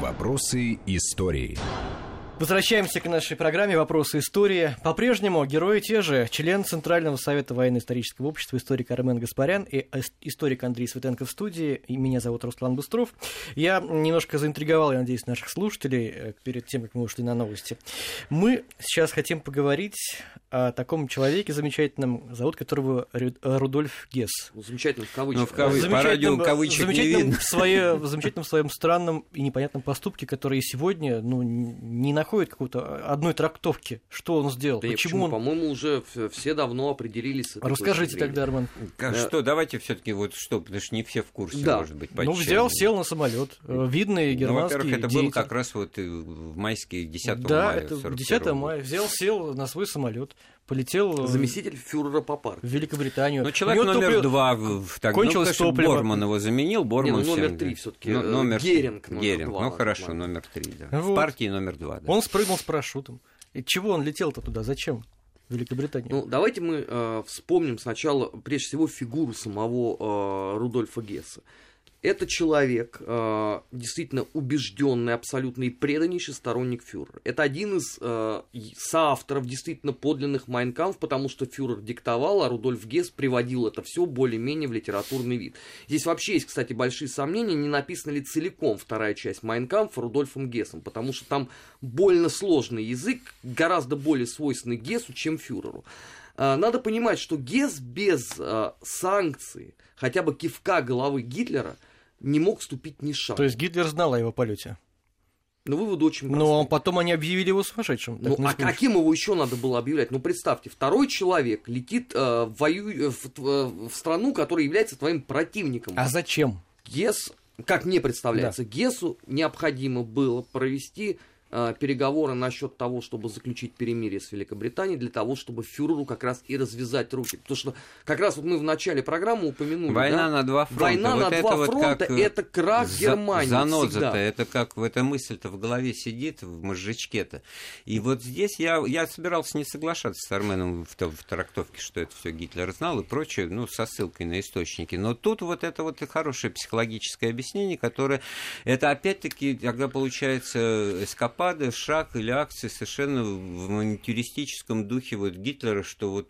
Вопросы истории. Возвращаемся к нашей программе «Вопросы истории». По-прежнему герои те же. Член Центрального совета военно-исторического общества, историк Армен Гаспарян и историк Андрей Светенко в студии. И меня зовут Руслан Быстров. Я немножко заинтриговал, я надеюсь, наших слушателей перед тем, как мы ушли на новости. Мы сейчас хотим поговорить о таком человеке замечательном, зовут которого Рудольф Гесс. Замечательно в кавычках. По радио кавычек не видно. Замечательном в своем странном и непонятном поступке, который сегодня не находит какой-то одной трактовки, что он сделал, да почему он... По-моему, уже все давно определились. Расскажите тогда, Армен. Что, давайте все-таки потому что не все в курсе, да. Может быть, сел на самолет, видный германский во-первых, это деятель. было как раз в майские 10 мая. Да, это 10 мая. Сел на свой самолет, полетел... Заместитель фюрера по партии. В Великобританию. Человек номер 2. Кончилось топливо. Борман его заменил. Номер 3 все-таки. Геринг номер 2. Хорошо, номер 3, да. Вот. В партии номер 2, да. Он спрыгнул с парашютом. И чего он летел-то туда? Зачем? В Великобританию. Давайте мы вспомним сначала, прежде всего, фигуру самого Рудольфа Гесса. Это человек, действительно убежденный, абсолютно и преданнейший сторонник фюрера. Это один из соавторов действительно подлинных «Майн кампф», потому что фюрер диктовал, а Рудольф Гесс приводил это все более-менее в литературный вид. Здесь вообще есть, кстати, большие сомнения, не написана ли целиком вторая часть «Майн кампфа» Рудольфом Гессом, потому что там больно сложный язык, гораздо более свойственный Гессу, чем фюреру. Надо понимать, что Гесс без санкций, хотя бы кивка головы Гитлера, не мог ступить ни шага. То есть Гитлер знал о его полете? Вывод очень простой. Но потом они объявили его сумасшедшим. Каким его еще надо было объявлять? Представьте, второй человек летит в страну, которая является твоим противником. А зачем? Гесс, как мне представляется, Гессу необходимо было провести переговоры насчет того, чтобы заключить перемирие с Великобританией, для того, чтобы фюреру как раз и развязать руки. Потому что как раз мы в начале программы упомянули... Война на два фронта. Война на два фронта — это крах Германии. Заноза-то, это как эта мысль-то в голове сидит, в мозжечке-то. И вот здесь я собирался не соглашаться с Арменом в трактовке, что это все Гитлер знал и прочее, со ссылкой на источники. Но тут это хорошее психологическое объяснение, которое... Это опять-таки, когда получается эскапад, шаг или акция совершенно в авантюристическом духе Гитлера, что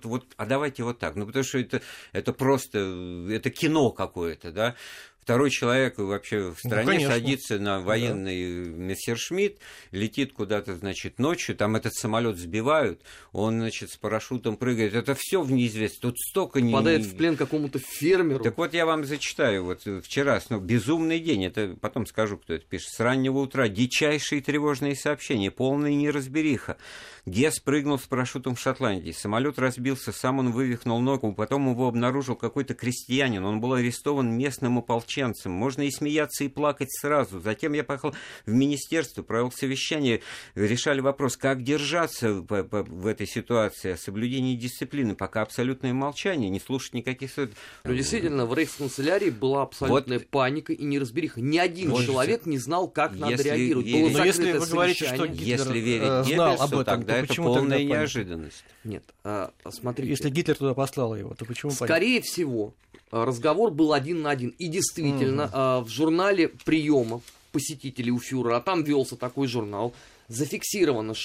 а давайте вот так, потому что это просто, это кино какое-то, да. Второй человек вообще в стране садится на военный мессершмитт, летит куда-то, ночью, там этот самолет сбивают, он, с парашютом прыгает. Это все в неизвестность. Тут столько попадает в плен какому-то фермеру. Так вот я вам зачитаю. Вчера, безумный день, это потом скажу, кто это пишет. С раннего утра дичайшие тревожные сообщения, полная неразбериха. Гесс прыгнул с парашютом в Шотландии. Самолет разбился, сам он вывихнул ногу, потом его обнаружил какой-то крестьянин. Он был арестован местным ополчением. Можно и смеяться, и плакать сразу. Затем я поехал в министерство, провел совещание, решали вопрос, как держаться в этой ситуации, о соблюдении дисциплины, пока абсолютное молчание, не слушать никаких... Но действительно, в рейхсканцелярии была абсолютная паника и неразбериха. Ни один человек не знал, как надо реагировать. Но если вы говорите, что Гитлер знал об этом, тогда это полная неожиданность. Нет, смотрите. Если Гитлер туда послал его, то почему паника? Скорее всего, разговор был один на один. И действительно, в журнале приема посетителей у фюрера, а там велся такой журнал, зафиксировано,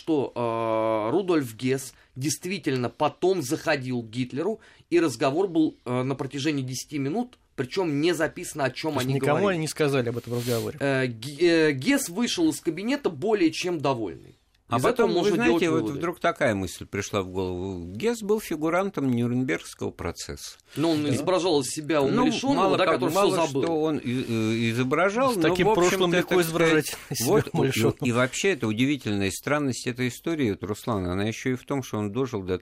что Рудольф Гесс действительно потом заходил к Гитлеру, и разговор был на протяжении 10 минут, причем не записано, о чем они никому говорили. Они не сказали об этом разговоре. Гесс вышел из кабинета более чем довольный. А потом, вы знаете, вдруг такая мысль пришла в голову. Гесс был фигурантом Нюрнбергского процесса. Но он изображал из себя умалишенного, который все забыл. Что он изображал. С таким прошлым легко изображать себя умалишенного. И вообще, это удивительная странность этой истории, Руслан, она еще и в том, что он дожил до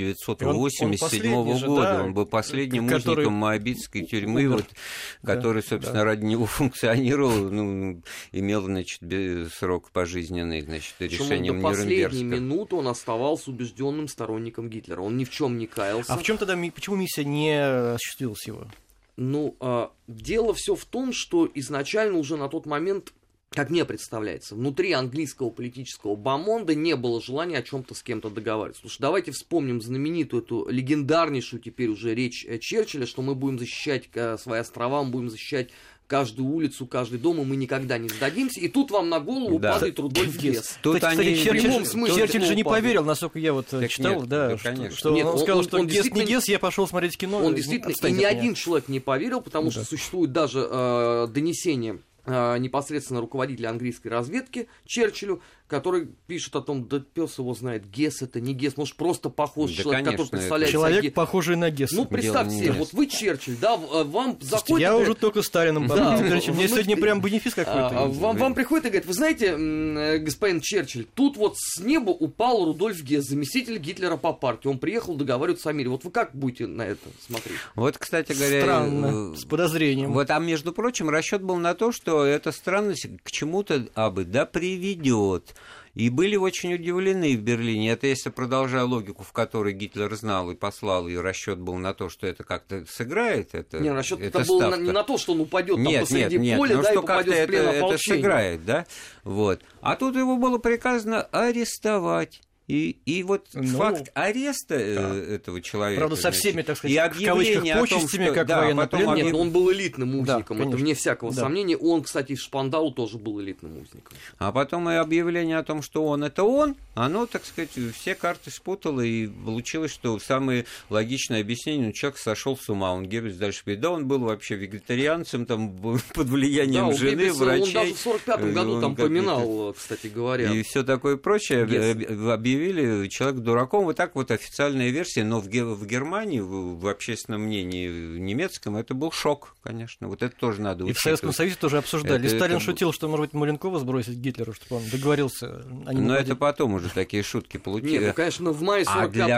1987 года. Он был последним узником моабитской тюрьмы, который, собственно, ради него функционировал, имел, срок пожизненный, решение. До последней минуты он оставался убежденным сторонником Гитлера. Он ни в чем не каялся. А в чем тогда, почему миссия не осуществилась его? Дело все в том, что изначально уже на тот момент, как мне представляется, внутри английского политического бомонда не было желания о чем-то с кем-то договариваться. Потому что давайте вспомним знаменитую эту легендарнейшую теперь уже речь Черчилля, что мы будем защищать свои острова, мы будем защищать каждую улицу, каждый дом, и мы никогда не сдадимся. И тут вам на голову падает Рудольф Гесс. Кстати, Черчилль же не поверил, насколько я вот читал, что он сказал, что Гесс не Гесс, я пошел смотреть кино. Он действительно, и ни один человек не поверил, потому что существует даже донесение непосредственно руководителя английской разведки Черчиллю, который пишет о том, да пес его знает, Гесс это не Гесс, может просто похож человек, который представляет... Человек, похожий на Гесса. Ну, представьте себе, вот вы Черчилль, да, вам заходит... Я уже только Сталином подумал, мне сегодня прям бенефис какой-то. Вам приходит и говорит, вы знаете, господин Черчилль, тут вот с неба упал Рудольф Гесс, заместитель Гитлера по партии, он приехал договариваться о мире. Вот вы как будете на это смотреть? Вот, кстати говоря... Странно, с подозрением. Вот, а между прочим, расчет был на то, что эта странность к чему-то приведет. И были очень удивлены в Берлине. Это если продолжая логику, в которой Гитлер знал и послал, и расчет был на то, что это как-то сыграет. Расчет был не на то, что он упадет посреди поля, но да, что и попадет в плен ополчения. Это сыграет, да? Вот. А тут его было приказано арестовать. И вот факт ареста этого человека... Правда, со всеми, так сказать, и объявление в кавычках, почестями, как военнопленный. Нет, он был элитным узником, да, это вне всякого сомнения. Он, кстати, из Шпандау тоже был элитным узником. А потом и объявление о том, что он это он, оно, так сказать, все карты спутало, и получилось, что самое логичное объяснение, человек сошел с ума. Он Геббельс дальше говорит, да, он был вообще вегетарианцем, там, под влиянием жены, врачей. Он даже в 45-м году там поминал, кстати говоря. И все такое прочее. Объявили человек дураком. Вот так вот официальная версия, но в Германии, в общественном мнении немецком, это был шок, конечно. Вот это тоже надо учитывать. И в Советском Союзе тоже обсуждали. Сталин шутил, что, может быть, Маленкова сбросить Гитлеру, чтобы он договорился. Но это потом уже такие шутки получили. Нет, конечно, в мае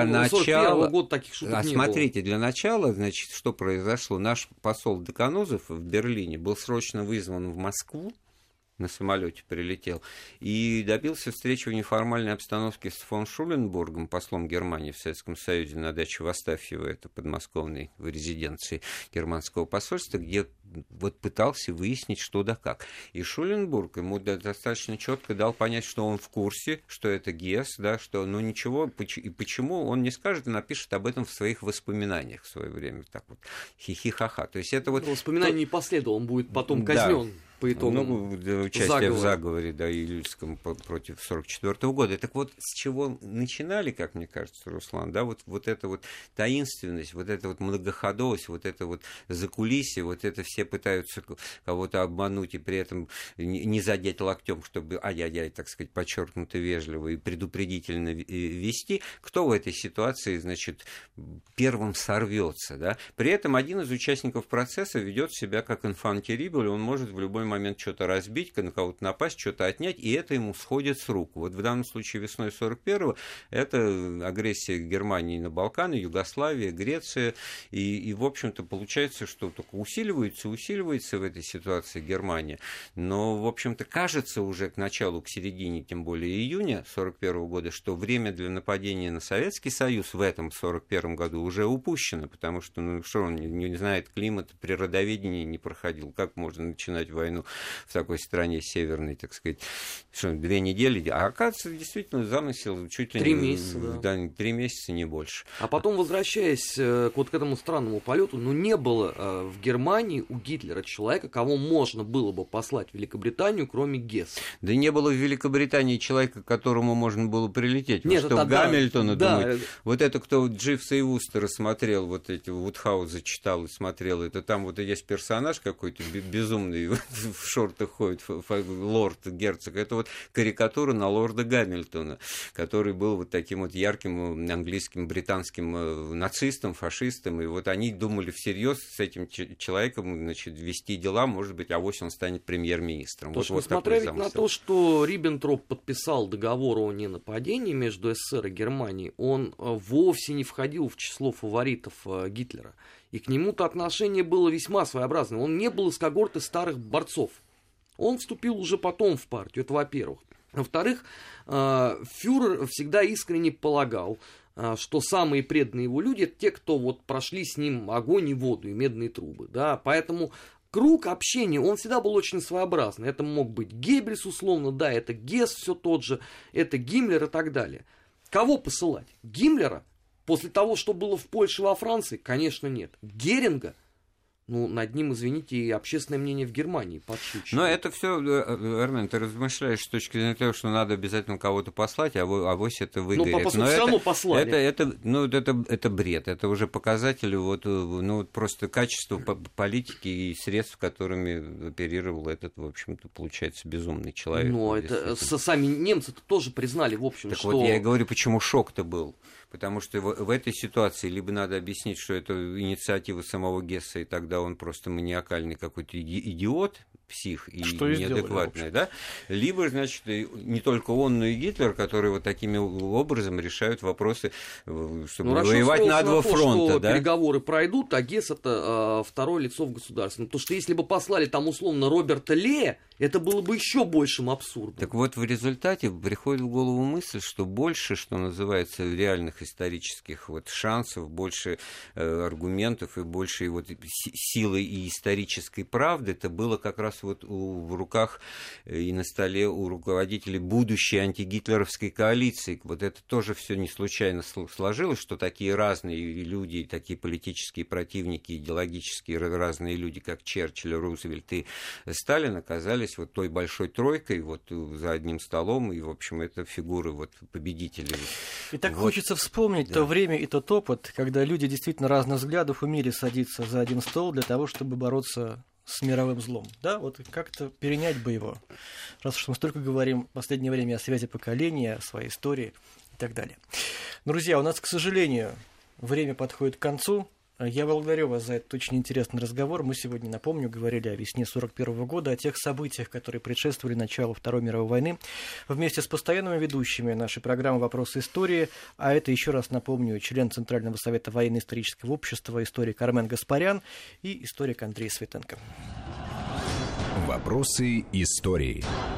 41-го года таких шуток не было. Смотрите, для начала, значит, что произошло? Наш посол Деканозов в Берлине был срочно вызван в Москву, на самолете прилетел, и добился встречи в неформальной обстановке с фон Шуленбургом, послом Германии в Советском Союзе на даче в Астафьево, это подмосковной в резиденции германского посольства, где вот пытался выяснить, что да как. И Шуленбург ему достаточно четко дал понять, что он в курсе, что это Гесс, да, что, но ничего, и почему он не скажет и напишет об этом в своих воспоминаниях в свое время, так вот, хихи-ха-ха. То есть это вот... Воспоминаний не последовало, он будет потом казнен. Да. По итогам участия в заговоре, да, июльском против 1944 года. Так вот, с чего начинали, как мне кажется, Руслан, да, вот эта вот таинственность, вот эта вот многоходовость, вот это вот закулисье, вот это все пытаются кого-то обмануть и при этом не задеть локтем, чтобы, ай-яй-яй, так сказать, подчеркнуто вежливо и предупредительно вести. Кто в этой ситуации, значит, первым сорвется, да? При этом один из участников процесса ведет себя как инфан террибль, он может в любой момент что-то разбить, на кого-то напасть, что-то отнять, и это ему сходит с рук. Вот в данном случае весной 41-го это агрессия Германии на Балканы, Югославия, Греция, и в общем-то, получается, что только усиливается в этой ситуации Германия, но, в общем-то, кажется уже к началу, к середине, тем более июня 41 года, что время для нападения на Советский Союз в этом 41 году уже упущено, потому что, ну, что он не знает климата, природоведения не проходил, как можно начинать войну в такой стране северной, так сказать, 2 недели, а оказывается, действительно, замысел чуть ли 3 месяца, да, 3 месяца, не больше. А потом, возвращаясь вот к этому странному полету, ну, не было в Германии у Гитлера человека, кого можно было бы послать в Великобританию, кроме Гесса. Да не было в Великобритании человека, к которому можно было прилететь. Нет, что, Гамильтона, да, думать, вот это кто Дживса и Вустера смотрел, вот эти Вудхауза читал и смотрел, это там вот есть персонаж какой-то безумный, в шортах ходит, лорд, герцог, это вот карикатура на лорда Гамильтона, который был вот таким вот ярким английским, британским нацистом, фашистом, и вот они думали всерьез с этим человеком, значит, вести дела, может быть, авось он станет премьер-министром. Вот несмотря ведь на то, что Риббентроп подписал договор о ненападении между СССР и Германией, он вовсе не входил в число фаворитов Гитлера. И к нему-то отношение было весьма своеобразное. Он не был из когорты старых борцов. Он вступил уже потом в партию, это во-первых. Во-вторых, фюрер всегда искренне полагал, что самые преданные его люди — это те, кто вот прошли с ним огонь и воду, и медные трубы. Да? Поэтому круг общения, он всегда был очень своеобразный. Это мог быть Геббельс, условно, да, это Гесс все тот же, это Гиммлер и так далее. Кого посылать? Гиммлера? После того, что было в Польше и во Франции? Конечно, нет. Геринга? Ну, над ним, извините, и общественное мнение в Германии подшучивает. Но это все, Армен, ты размышляешь с точки зрения того, что надо обязательно кого-то послать, а авось это выгорит. Ну, все равно послали. Это бред, это уже показатель просто качества политики и средств, которыми оперировал этот, в общем-то, получается, безумный человек. Но это сами немцы-то тоже признали, в общем, так что... вот я и говорю, почему шок-то был. Потому что в этой ситуации либо надо объяснить, что это инициатива самого Гесса, и тогда он просто маниакальный какой-то идиот, псих и неадекватный, да? Либо, значит, не только он, но и Гитлер, которые вот такими образом решают вопросы, чтобы воевать на два фронта. Да? Переговоры пройдут, а Гесс это второе лицо в государстве. Потому что если бы послали там условно Роберта Лея, это было бы еще большим абсурдом. Так вот, в результате приходит в голову мысль, что больше, что называется, реальных исторических шансов, больше аргументов и больше силы и исторической правды, это было как раз в руках и на столе у руководителей будущей антигитлеровской коалиции. Вот это тоже все не случайно сложилось, что такие разные люди, такие политические противники, идеологические разные люди, как Черчилль, Рузвельт и Сталин, оказались той большой тройкой за одним столом, и, в общем, это фигуры победителей. И так хочется вспомнить то время и тот опыт, когда люди действительно разных взглядов умели садиться за один стол для того, чтобы бороться с мировым злом. Да, как-то перенять бы его. Раз уж мы столько говорим в последнее время о связи поколения, о своей истории и так далее. Друзья, у нас, к сожалению, время подходит к концу. Я благодарю вас за этот очень интересный разговор. Мы сегодня, напомню, говорили о весне 1941 года, о тех событиях, которые предшествовали началу Второй мировой войны, вместе с постоянными ведущими нашей программы «Вопросы истории». А это, еще раз напомню, член Центрального совета военно-исторического общества, историк Армен Гаспарян и историк Андрей Светенко. «Вопросы истории».